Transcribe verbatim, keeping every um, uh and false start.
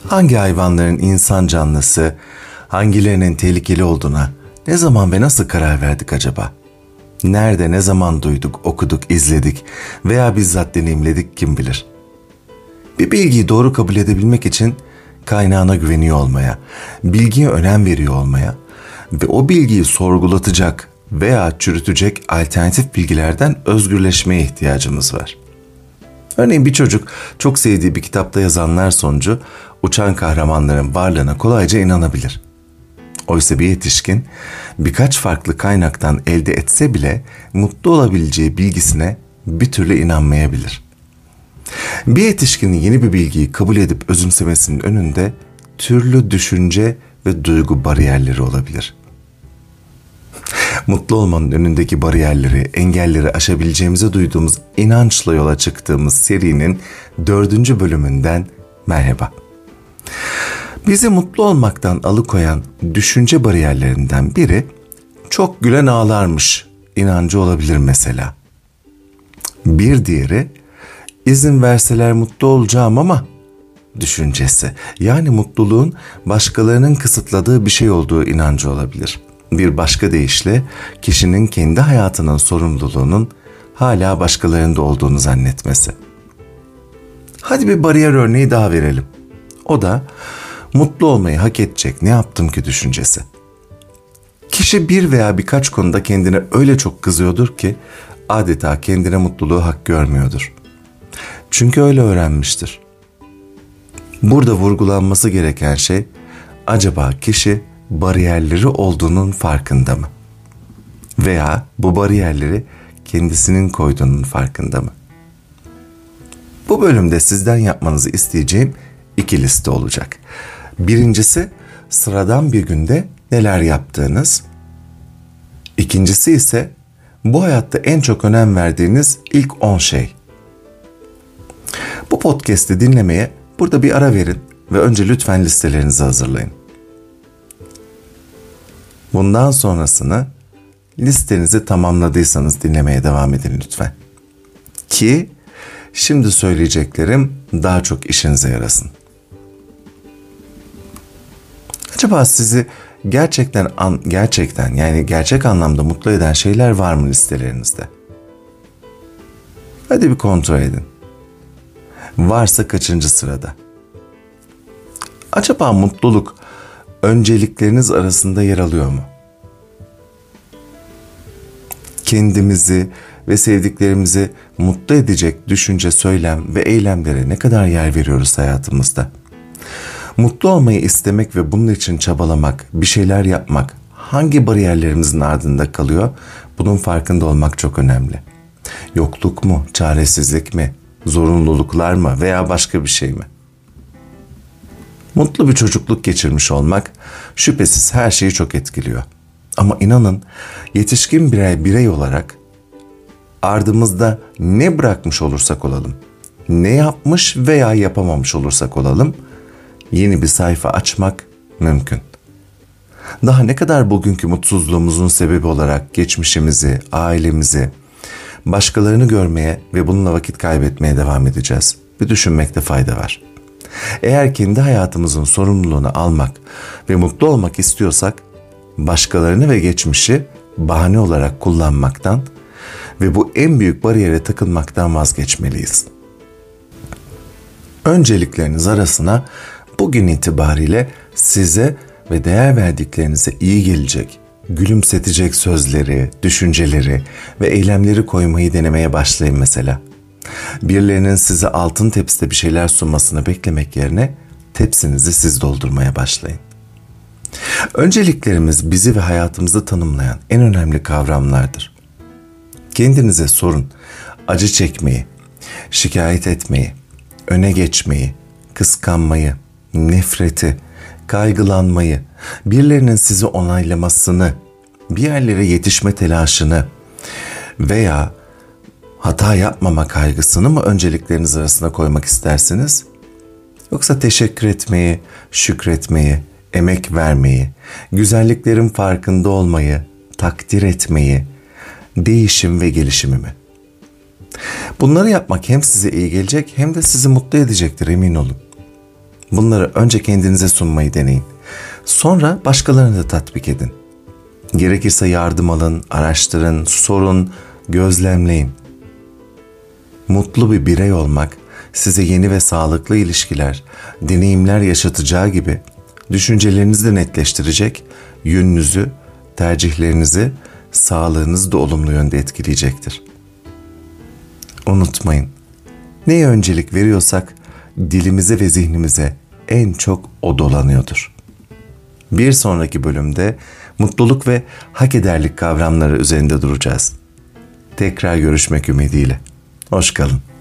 Hangi hayvanların insan canlısı, hangilerinin tehlikeli olduğuna ne zaman ve nasıl karar verdik acaba? Nerede, ne zaman duyduk, okuduk, izledik veya bizzat deneyimledik kim bilir? Bir bilgiyi doğru kabul edebilmek için kaynağına güveniyor olmaya, bilgiye önem veriyor olmaya ve o bilgiyi sorgulatacak veya çürütecek alternatif bilgilerden özgürleşmeye ihtiyacımız var. Örneğin bir çocuk çok sevdiği bir kitapta yazanlar sonucu uçan kahramanların varlığına kolayca inanabilir. Oysa bir yetişkin birkaç farklı kaynaktan elde etse bile mutlu olabileceği bilgisine bir türlü inanmayabilir. Bir yetişkinin yeni bir bilgiyi kabul edip özümsemesinin önünde türlü düşünce ve duygu bariyerleri olabilir. Mutlu olmanın önündeki bariyerleri, engelleri aşabileceğimize duyduğumuz inançla yola çıktığımız serinin dördüncü bölümünden merhaba. Bizi mutlu olmaktan alıkoyan düşünce bariyerlerinden biri çok gülen ağlarmış inancı olabilir mesela. Bir diğeri izin verseler mutlu olacağım ama düşüncesi, yani mutluluğun başkalarının kısıtladığı bir şey olduğu inancı olabilir. Bir başka deyişle kişinin kendi hayatının sorumluluğunun hala başkalarında olduğunu zannetmesi. Hadi bir bariyer örneği daha verelim. O da mutlu olmayı hak edecek ne yaptım ki düşüncesi. Kişi bir veya birkaç konuda kendine öyle çok kızıyordur ki adeta kendine mutluluğu hak görmüyordur. Çünkü öyle öğrenmiştir. Burada vurgulanması gereken şey, acaba kişi bariyerleri olduğunun farkında mı? Veya bu bariyerleri kendisinin koyduğunun farkında mı? Bu bölümde sizden yapmanızı isteyeceğim iki liste olacak. Birincisi sıradan bir günde neler yaptığınız. İkincisi ise bu hayatta en çok önem verdiğiniz ilk on şey. Bu podcast'i dinlemeye burada bir ara verin ve önce lütfen listelerinizi hazırlayın. Bundan sonrasını listenizi tamamladıysanız dinlemeye devam edin lütfen. Ki şimdi söyleyeceklerim daha çok işinize yarasın. Acaba sizi gerçekten an, gerçekten yani gerçek anlamda mutlu eden şeyler var mı listelerinizde? Hadi bir kontrol edin. Varsa kaçıncı sırada? Acaba mutluluk öncelikleriniz arasında yer alıyor mu? Kendimizi ve sevdiklerimizi mutlu edecek düşünce, söylem ve eylemlere ne kadar yer veriyoruz hayatımızda? Mutlu olmayı istemek ve bunun için çabalamak, bir şeyler yapmak hangi bariyerlerimizin ardında kalıyor? Bunun farkında olmak çok önemli. Yokluk mu, çaresizlik mi, zorunluluklar mı veya başka bir şey mi? Mutlu bir çocukluk geçirmiş olmak şüphesiz her şeyi çok etkiliyor. Ama inanın yetişkin birey birey olarak ardımızda ne bırakmış olursak olalım, ne yapmış veya yapamamış olursak olalım, yeni bir sayfa açmak mümkün. Daha ne kadar bugünkü mutsuzluğumuzun sebebi olarak geçmişimizi, ailemizi, başkalarını görmeye ve bununla vakit kaybetmeye devam edeceğiz? Bir düşünmekte fayda var. Eğer kendi hayatımızın sorumluluğunu almak ve mutlu olmak istiyorsak, başkalarını ve geçmişi bahane olarak kullanmaktan ve bu en büyük bariyere takılmaktan vazgeçmeliyiz. Öncelikleriniz arasına bugün itibariyle size ve değer verdiklerinize iyi gelecek, gülümsetecek sözleri, düşünceleri ve eylemleri koymayı denemeye başlayın mesela. Birilerinin size altın tepside bir şeyler sunmasını beklemek yerine tepsinizi siz doldurmaya başlayın. Önceliklerimiz bizi ve hayatımızı tanımlayan en önemli kavramlardır. Kendinize sorun, acı çekmeyi, şikayet etmeyi, öne geçmeyi, kıskanmayı, nefreti, kaygılanmayı, birilerinin sizi onaylamasını, bir yerlere yetişme telaşını veya hata yapmama kaygısını mı öncelikleriniz arasına koymak istersiniz? Yoksa teşekkür etmeyi, şükretmeyi, emek vermeyi, güzelliklerin farkında olmayı, takdir etmeyi, değişim ve gelişimi mi? Bunları yapmak hem size iyi gelecek hem de sizi mutlu edecektir, emin olun. Bunları önce kendinize sunmayı deneyin. Sonra başkalarını da tatbik edin. Gerekirse yardım alın, araştırın, sorun, gözlemleyin. Mutlu bir birey olmak size yeni ve sağlıklı ilişkiler, deneyimler yaşatacağı gibi düşüncelerinizi de netleştirecek, yönünüzü, tercihlerinizi, sağlığınızı da olumlu yönde etkileyecektir. Unutmayın, neye öncelik veriyorsak dilimize ve zihnimize en çok o dolanıyordur. Bir sonraki bölümde mutluluk ve hak ederlik kavramları üzerinde duracağız. Tekrar görüşmek ümidiyle. Hoş kalın.